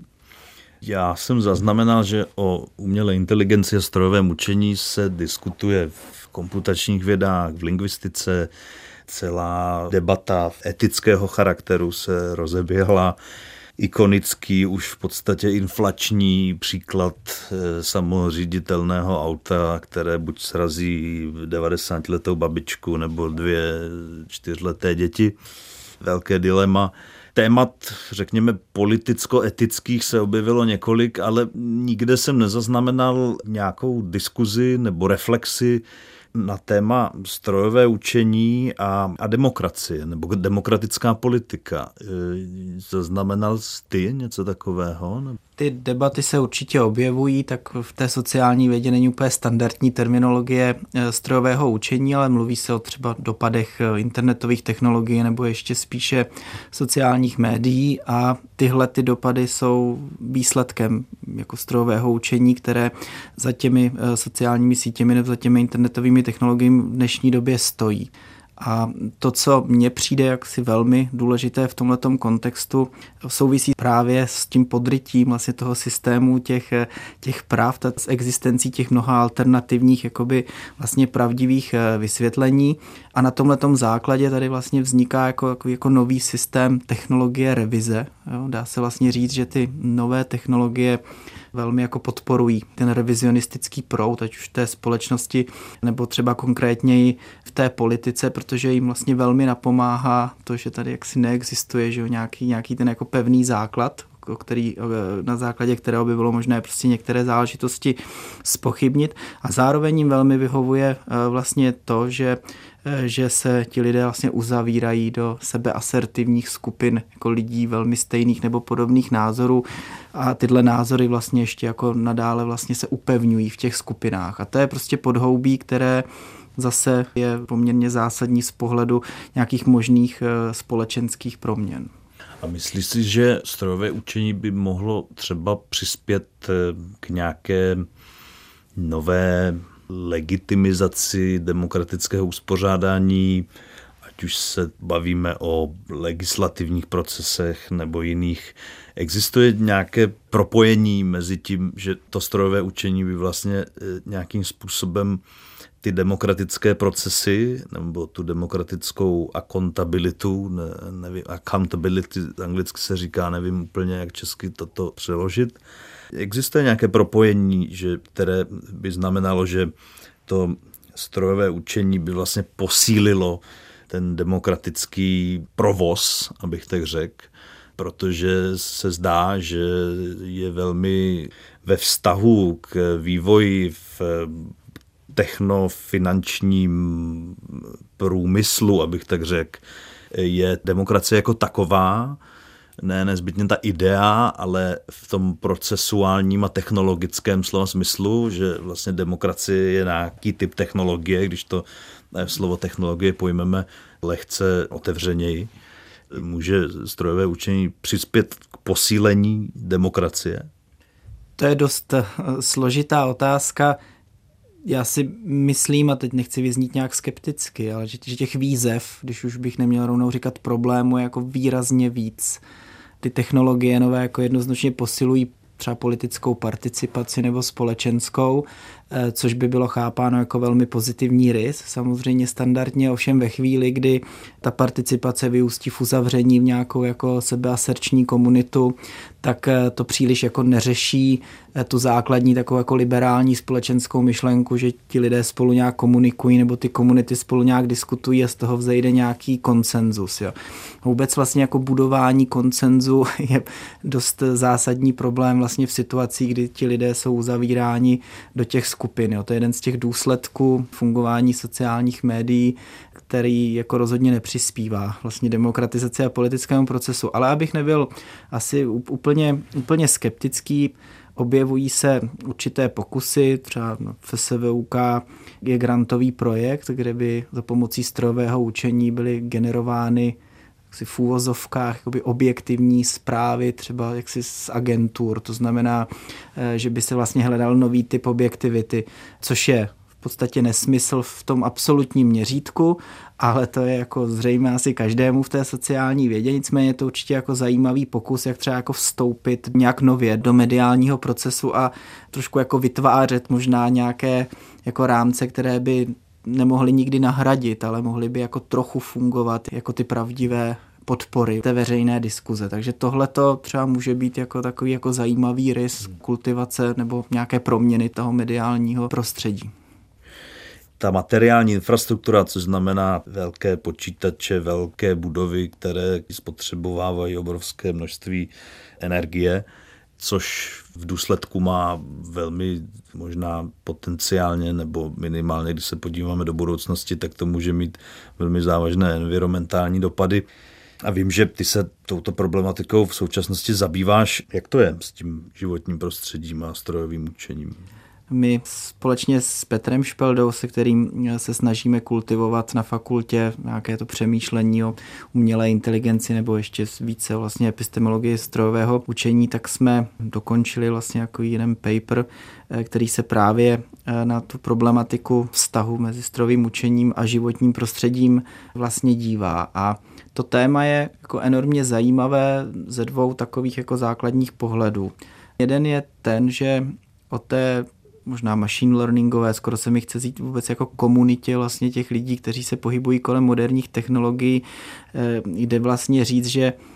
já jsem zaznamenal, že o umělé inteligenci a strojovém učení se diskutuje v komputačních vědách, v lingvistice. Celá debata etického charakteru se rozeběhla. Ikonický, už v podstatě inflační příklad samoříditelného auta, které buď srazí devadesátiletou babičku nebo dvě čtyřleté děti. Velké dilema. Témat, řekněme, politicko-etických se objevilo několik, ale nikde jsem nezaznamenal nějakou diskuzi nebo reflexi na téma strojové učení a, a demokracie, nebo demokratická politika. Zaznamenal jsi ty něco takového? Ty debaty se určitě objevují, tak v té sociální vědě není úplně standardní terminologie strojového učení, ale mluví se o třeba dopadech internetových technologií nebo ještě spíše sociálních médií a tyhle ty dopady jsou výsledkem jako strojového učení, které za těmi sociálními sítěmi nebo za těmi internetovými technologiemi v dnešní době stojí. A to, co mně přijde jaksi velmi důležité v tomhletom kontextu, souvisí právě s tím podrytím vlastně toho systému těch, těch pravd a s existencí těch mnoha alternativních jakoby vlastně pravdivých vysvětlení. A na tomhletom základě tady vlastně vzniká jako, jako, jako nový systém technologie revize. Jo? Dá se vlastně říct, že ty nové technologie velmi jako podporují ten revizionistický proud, ať už v té společnosti, nebo třeba konkrétněji v té politice, protože jim vlastně velmi napomáhá to, že tady jaksi neexistuje, že nějaký, nějaký ten jako pevný základ, který, na základě kterého by bylo možné prostě některé záležitosti zpochybnit. A zároveň jim velmi vyhovuje vlastně to, že že se ti lidé vlastně uzavírají do sebeasertivních skupin jako lidí velmi stejných nebo podobných názorů a tyhle názory vlastně ještě jako nadále vlastně se upevňují v těch skupinách. A to je prostě podhoubí, které zase je poměrně zásadní z pohledu nějakých možných společenských proměn. A myslíš si, že strojové učení by mohlo třeba přispět k nějaké nové legitimizaci demokratického uspořádání, ať už se bavíme o legislativních procesech nebo jiných? Existuje nějaké propojení mezi tím, že to strojové učení by vlastně nějakým způsobem ty demokratické procesy nebo tu demokratickou accountabilitu, ne, nevím, accountability anglicky se říká, nevím úplně, jak česky toto přeložit. Existuje nějaké propojení, že, které by znamenalo, že to strojové učení by vlastně posílilo ten demokratický provoz, abych tak řekl, protože se zdá, že je velmi ve vztahu k vývoji v technofinančním průmyslu, abych tak řekl, je demokracie jako taková, ne nezbytně ta idea, ale v tom procesuálním a technologickém slova smyslu, že vlastně demokracie je nějaký typ technologie, když to slovo technologie pojmeme lehce otevřeněji. Může strojové učení přispět k posílení demokracie? To je dost složitá otázka. Já si myslím, a teď nechci vyznít nějak skepticky, ale že, že těch výzev, když už bych neměl rovnou říkat problému, je jako výrazně víc. Ty technologie nové jako jednoznačně posilují třeba politickou participaci nebo společenskou, což by bylo chápáno jako velmi pozitivní rys. Samozřejmě standardně, ovšem ve chvíli, kdy ta participace vyústí v uzavření v nějakou jako sebeaserční komunitu, tak to příliš jako neřeší tu základní takovou jako liberální společenskou myšlenku, že ti lidé spolu nějak komunikují nebo ty komunity spolu nějak diskutují a z toho vzejde nějaký konsenzus. Jo. Vůbec vlastně jako budování konsenzu je dost zásadní problém vlastně v situacích, kdy ti lidé jsou uzavíráni do těch skupin. Jo. To je jeden z těch důsledků fungování sociálních médií, který jako rozhodně nepřispívá vlastně demokratizaci a politickému procesu. Ale abych nebyl asi úplně, úplně skeptický, objevují se určité pokusy, třeba F S V U K je grantový projekt, kde by za pomocí strojového učení byly generovány jaksi v úvozovkách jakoby objektivní zprávy třeba jaksi z agentur. To znamená, že by se vlastně hledal nový typ objektivity, což je v podstatě nesmysl v tom absolutním měřítku, ale to je jako zřejmě asi každému v té sociální vědě, nicméně je to určitě jako zajímavý pokus, jak třeba jako vstoupit nějak nově do mediálního procesu a trošku jako vytvářet možná nějaké jako rámce, které by nemohly nikdy nahradit, ale mohly by jako trochu fungovat jako ty pravdivé podpory té veřejné diskuze. Takže tohleto třeba může být jako takový jako zajímavý rys kultivace nebo nějaké proměny toho mediálního prostředí. Ta materiální infrastruktura, což znamená velké počítače, velké budovy, které spotřebovávají obrovské množství energie, což v důsledku má velmi možná potenciálně nebo minimálně, když se podíváme do budoucnosti, tak to může mít velmi závažné environmentální dopady. A vím, že ty se touto problematikou v současnosti zabýváš. Jak to je s tím životním prostředím a strojovým učením? My společně s Petrem Špeldou, se kterým se snažíme kultivovat na fakultě nějaké to přemýšlení o umělé inteligenci nebo ještě více vlastně epistemologie strojového učení, tak jsme dokončili vlastně jako jeden paper, který se právě na tu problematiku vztahu mezi strojovým učením a životním prostředím vlastně dívá. A to téma je jako enormně zajímavé ze dvou takových jako základních pohledů. Jeden je ten, že o té možná machine learningové, skoro se mi chce říct vůbec jako komunitě vlastně těch lidí, kteří se pohybují kolem moderních technologií, jde vlastně říct, že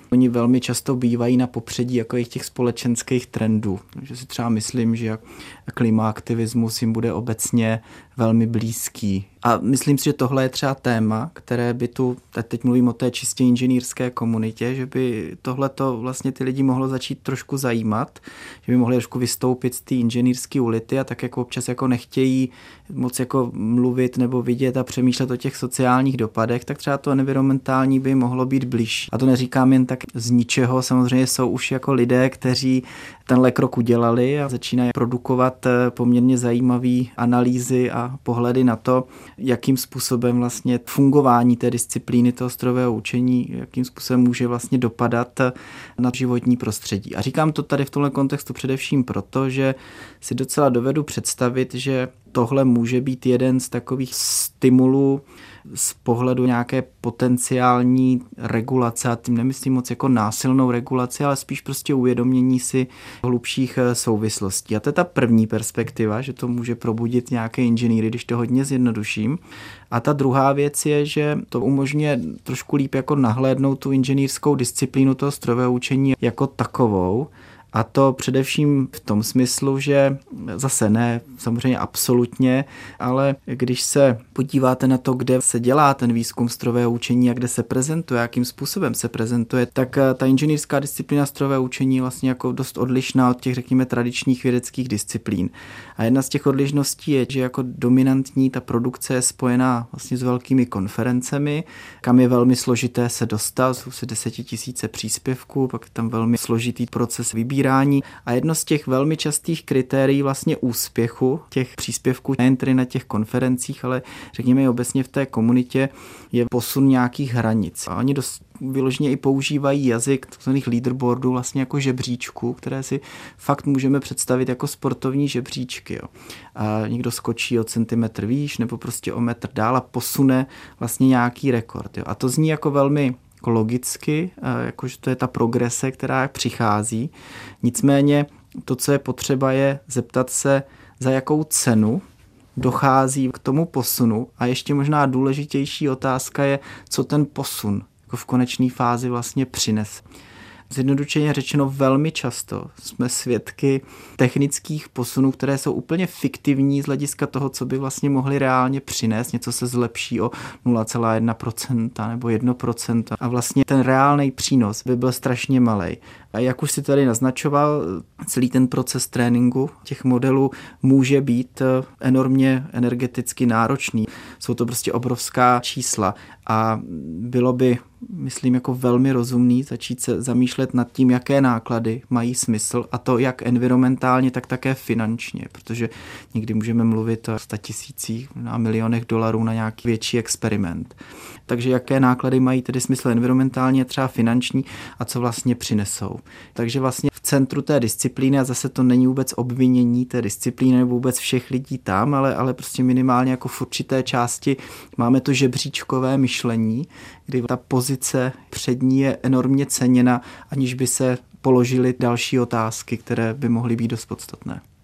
oni velmi často bývají na popředí jako těch společenských trendů. Takže si třeba myslím, že klimaaktivismus jim bude obecně velmi blízký. A myslím si, že tohle je třeba téma, které by tu, teď mluvím o té čistě inženýrské komunitě, že by tohleto vlastně ty lidi mohlo začít trošku zajímat, že by mohli trošku vystoupit z té inženýrské ulity a tak jako občas jako nechtějí moc jako mluvit nebo vidět a přemýšlet o těch sociálních dopadech, tak třeba to environmentální by mohlo být blíž. A to neříkám jen tak z ničeho, samozřejmě jsou už jako lidé, kteří tenhle krok udělali a začínají produkovat poměrně zajímavé analýzy a pohledy na to, jakým způsobem vlastně fungování té disciplíny toho strojového učení, jakým způsobem může vlastně dopadat na životní prostředí. A říkám to tady v tomhle kontextu především proto, že si docela dovedu představit, že tohle může být jeden z takových stimulů z pohledu nějaké potenciální regulace, a tím nemyslím moc jako násilnou regulaci, ale spíš prostě uvědomění si hlubších souvislostí. A to je ta první perspektiva, že to může probudit nějaké inženýry, když to hodně zjednoduším. A ta druhá věc je, že to umožňuje trošku líp jako nahlédnout tu inženýrskou disciplínu toho strojového učení jako takovou. A to především v tom smyslu, že zase ne samozřejmě absolutně, ale když se podíváte na to, kde se dělá ten výzkum strojového učení a kde se prezentuje, jakým způsobem se prezentuje, tak ta inženýrská disciplína strojového učení je vlastně jako dost odlišná od těch, řekněme, tradičních vědeckých disciplín. A jedna z těch odlišností je, že jako dominantní ta produkce je spojená vlastně s velkými konferencemi, kam je velmi složité se dostat, jsou se desetitisíce příspěvků, pak je tam velmi složitý proces vybírání. A jedno z těch velmi častých kritérií vlastně úspěchu těch příspěvků, nejen tedy na těch konferencích, ale řekněme i obecně v té komunitě, je posun nějakých hranic. A oni dost vyloženě i používají jazyk takzvaných leaderboardů, vlastně jako žebříčků, které si fakt můžeme představit jako sportovní žebříčky. Jo. A někdo skočí o centimetr výš nebo prostě o metr dál a posune vlastně nějaký rekord. Jo. A to zní jako velmi logicky, jakože to je ta progrese, která přichází. Nicméně to, co je potřeba, je zeptat se, za jakou cenu dochází k tomu posunu, a ještě možná důležitější otázka je, co ten posun jako v konečné fázi vlastně přinese. Zjednodušeně řečeno, velmi často jsme svědky technických posunů, které jsou úplně fiktivní z hlediska toho, co by vlastně mohli reálně přinést. Něco se zlepší o nula celá jedna procenta nebo jedno procento a vlastně ten reálný přínos by byl strašně malej. A jak už si tady naznačoval, celý ten proces tréninku těch modelů může být enormně energeticky náročný. Jsou to prostě obrovská čísla a bylo by, myslím, jako velmi rozumný začít se zamýšlet nad tím, jaké náklady mají smysl, a to jak environmentálně, tak také finančně, protože někdy můžeme mluvit o statisících, na milionech dolarů na nějaký větší experiment. Takže jaké náklady mají tedy smysl environmentálně, třeba finanční, a co vlastně přinesou. Takže vlastně v centru té disciplíny, a zase to není vůbec obvinění té disciplíny nebo vůbec všech lidí tam, ale, ale prostě minimálně jako v určité části máme to žebříčkové myšlení, kdy ta pozice přední je enormně ceněna, aniž by se položily další otázky, které by mohly být dost podstatné.